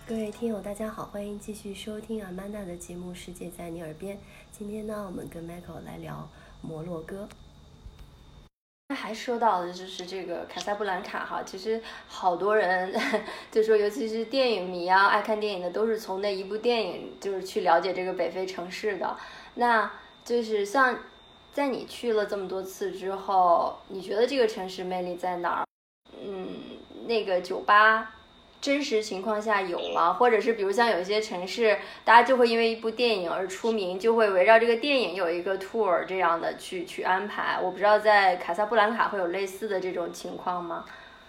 各位听友大家好，欢迎继续收听阿曼达的节目《世界在你耳边》。今天呢，我们跟 Michael 来聊摩洛哥。 还说到的就是这个卡萨布兰卡哈，其实好多人就说，尤其是电影迷啊，爱看电影的，都是从那一部电影就是去了解这个北非城市的。那就是像在你去了这么多次之后，你觉得这个城市魅力在哪儿？那个酒吧真实情况下有吗？或者是比如像有一些城市，大家就会因为一部电影而出名，就会围绕这个电影有一个 tour 这样的去安排。我不知道在卡萨布兰卡会有类似的这种情况吗？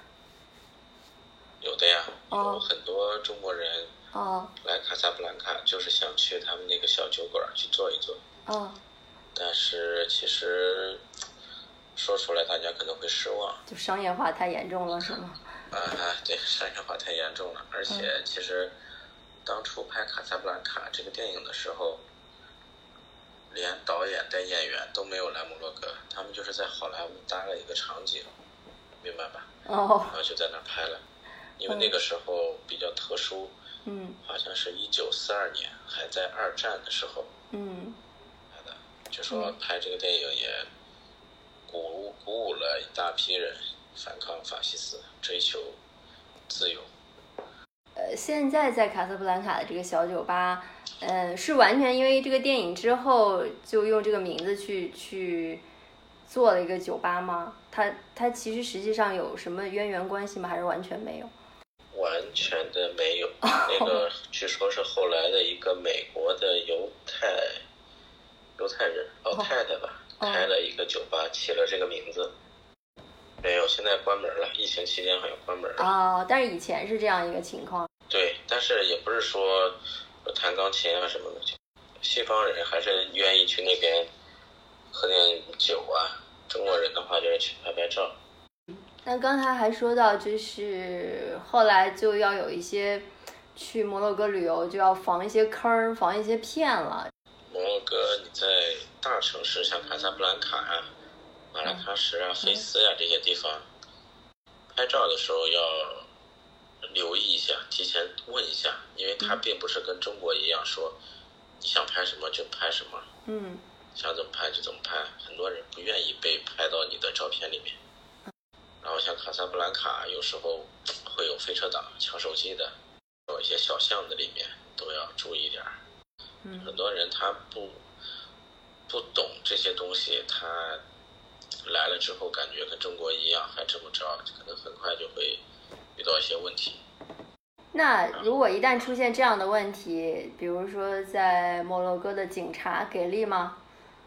有的呀，有很多中国人来卡萨布兰卡就是想去他们那个小酒馆去坐一坐。但是其实说出来大家可能会失望， 就商业化太严重了，是吗？ 对，商业化太严重了。而且其实当初拍《卡萨布兰卡》这个电影的时候，连导演带演员都没有来摩洛哥，他们就是在好莱坞搭了一个场景，明白吧？然后就在那拍了。因为那个时候比较特殊，好像是1942年，还在二战的时候，拍的。就说拍这个电影也鼓舞了一大批人反抗法西斯，追求自由。 现在在卡萨布兰卡的这个小酒吧，是完全因为这个电影之后就用这个名字去做了一个酒吧吗？它其实实际上有什么渊源关系吗？还是完全没有？ 完全的没有。那个据说是后来的一个美国的犹太人老太太吧，开了一个酒吧，起了这个名字。没有，现在关门了，疫情期间好像关门了。 但是以前是这样一个情况。 对，但是也不是说弹钢琴啊什么的，西方人还是愿意去那边喝点酒啊，中国人的话就是去拍拍照。 那刚才还说到，就是后来就要有一些去摩洛哥旅游就要防一些坑，防一些骗了。 摩洛哥你在大城市像卡萨布兰卡啊、马拉喀什啊、菲斯啊这些地方，拍照的时候要留意一下，提前问一下，因为它并不是跟中国一样说你想拍什么就拍什么，想怎么拍就怎么拍，很多人不愿意被拍到你的照片里面。然后像卡萨布兰卡有时候会有飞车党抢手机的，有一些小巷子里面都要注意点。很多人他不懂这些东西，他来了之后感觉跟中国一样还这么着，可能很快就会遇到一些问题。 那如果一旦出现这样的问题，比如说在摩洛哥的警察给力吗？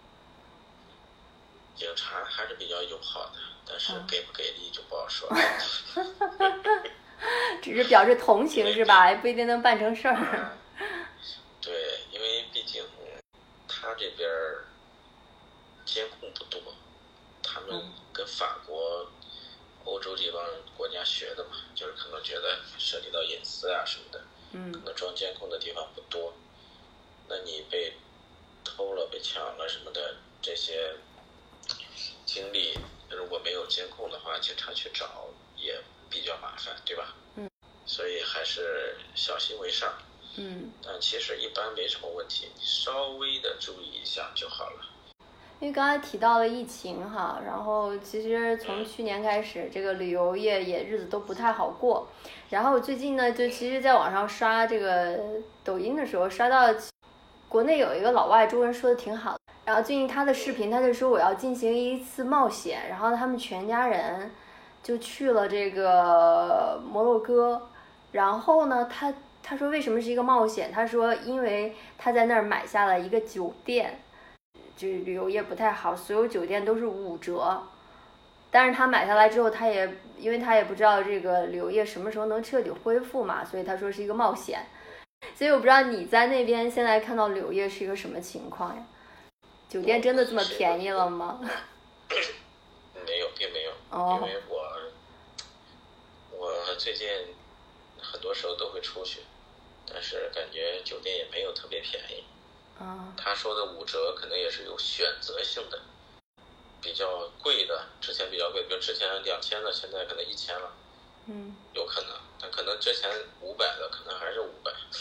警察还是比较友好的，但是给不给力就不好说了。 只是表示同情是吧？不一定能办成事儿。 对，因为毕竟他这边监控不多，他们跟法国、欧洲这帮国家学的嘛，就是可能觉得涉及到隐私啊什么的，可能装监控的地方不多。那你被偷了、被抢了什么的，这些经历如果没有监控的话，警察去找也比较麻烦，对吧？所以还是小心为上。但其实一般没什么问题，你稍微的注意一下就好了。 因为刚才提到了疫情哈，然后其实从去年开始，这个旅游业也日子都不太好过。然后最近呢，就其实在网上刷这个抖音的时候，刷到国内有一个老外中文说的挺好的，然后最近他的视频，他就说我要进行一次冒险，然后他们全家人就去了这个摩洛哥，然后呢，他说为什么是一个冒险？他说因为他在那儿买下了一个酒店，就是旅游业不太好，所有酒店都是5折。但是他买下来之后，因为他也不知道这个旅游业什么时候能彻底恢复嘛，所以他说是一个冒险。所以我不知道你在那边现在看到旅游业是一个什么情况呀？酒店真的这么便宜了吗？ 没有，并没有。因为我最近很多时候都会出去，但是感觉酒店也没有特别便宜。他说的5折可能也是有选择性的，比较贵的，之前比较贵，比如之前2000的，现在可能1000了，有可能。 但可能之前500的，可能还是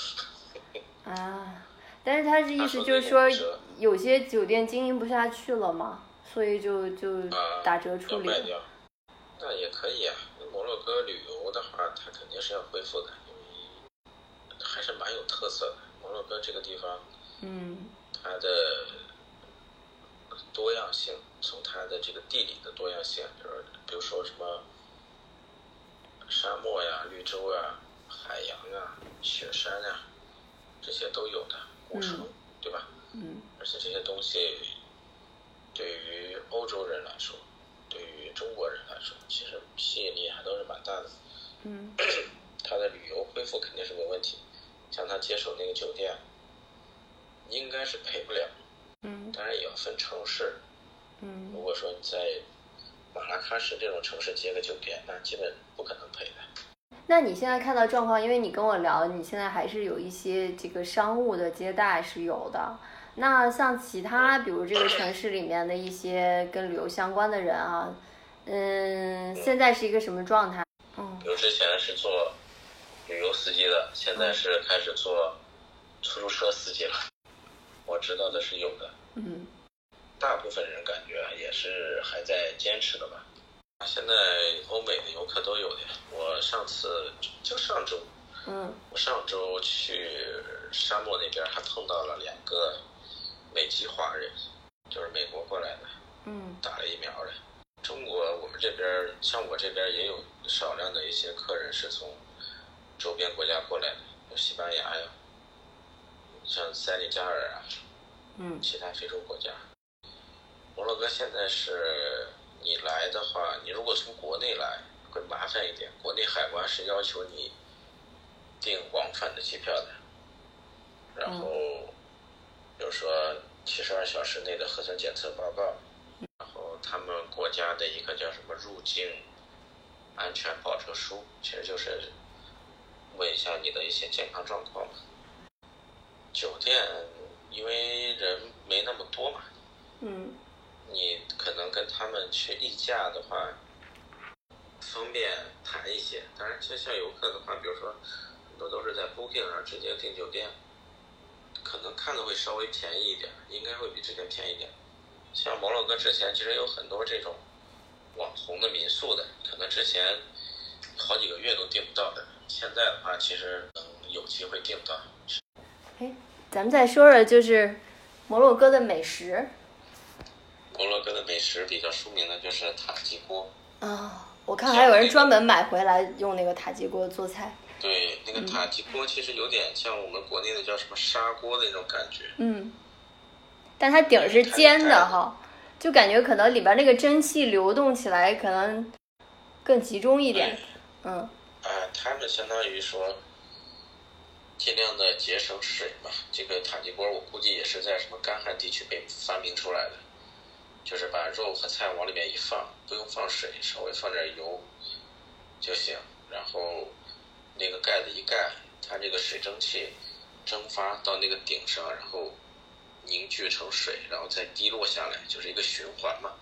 500。 啊，但是他的意思就是说，有些酒店经营不下去了嘛，所以就打折处理。 要卖掉，那也可以啊。摩洛哥旅游的话，它肯定是要恢复的，因为还是蛮有特色的。摩洛哥这个地方，它的多样性，从它的这个地理的多样性，就是比如说什么沙漠呀、绿洲啊、海洋啊、雪山啊，这些都有的，古城，对吧？而且这些东西对于欧洲人来说，对于中国人来说，其实吸引力还都是蛮大的。他的旅游恢复肯定是没问题，像他接手那个酒店，应该是赔不了。当然也要分城市。如果说你在马拉喀什这种城市接个酒店，那基本不可能赔的。 那你现在看到状况，因为你跟我聊，你现在还是有一些这个商务的接待是有的。那像其他，比如这个城市里面的一些跟旅游相关的人啊，现在是一个什么状态？ 比如之前是做旅游司机的，现在是开始做出租车司机了。我知道的是有的。大部分人感觉也是还在坚持的吧。现在欧美的游客都有的。我上次就上周，我上周去沙漠那边还碰到了2个美籍华人，就是美国过来的，打了疫苗的。中国我们这边，像我这边也有少量的一些客人是从周边国家过来的，有西班牙呀，像塞内加尔啊，其他非洲国家。摩洛哥现在是你来的话，你如果从国内来会麻烦一点，国内海关是要求你订往返的机票的，然后比如说72小时内的核酸检测报告，然后他们国家的一个叫什么入境安全保证书，其实就是问一下你的一些健康状况嘛。酒店因为人没那么多嘛，你可能跟他们去议价的话方便谈一些。当然就像游客的话，比如说很多都是在 Booking 上直接订酒店，可能看的会稍微便宜一点，应该会比之前便宜一点。像摩洛哥之前其实有很多这种网红的民宿的，可能之前好几个月都订不到的，现在的话其实能有机会订到。 咱们再说说就是摩洛哥的美食。 摩洛哥的美食比较出名的就是塔吉锅我看还有人专门买回来用那个塔吉锅做菜。 对，那个塔吉锅其实有点像我们国内的叫什么砂锅的那种感觉。 但它底儿是尖的哈，就感觉可能里边那个蒸汽流动起来可能更集中一点。 他们相当于说尽量的节省水嘛。这个塔吉锅我估计也是在什么干旱地区被发明出来的，就是把肉和菜往里面一放，不用放水，稍微放点油就行，然后那个盖子一盖，它这个水蒸气蒸发到那个顶上，然后凝聚成水，然后再滴落下来，就是一个循环嘛。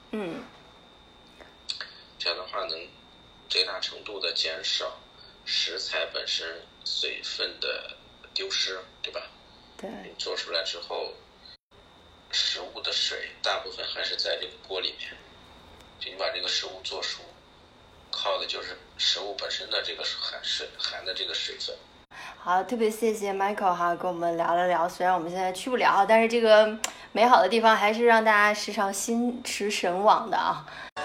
这样的话能最大程度的减少食材本身水分的丢失，对吧？ 对。 做出来之后，食物的水大部分还是在这个锅里面，就你把这个食物做熟，靠的就是食物本身的这个含的这个水分。 好，特别谢谢 Michael 哈，跟我们聊了聊。虽然我们现在去不了，但是这个美好的地方还是让大家时常心驰神往的啊。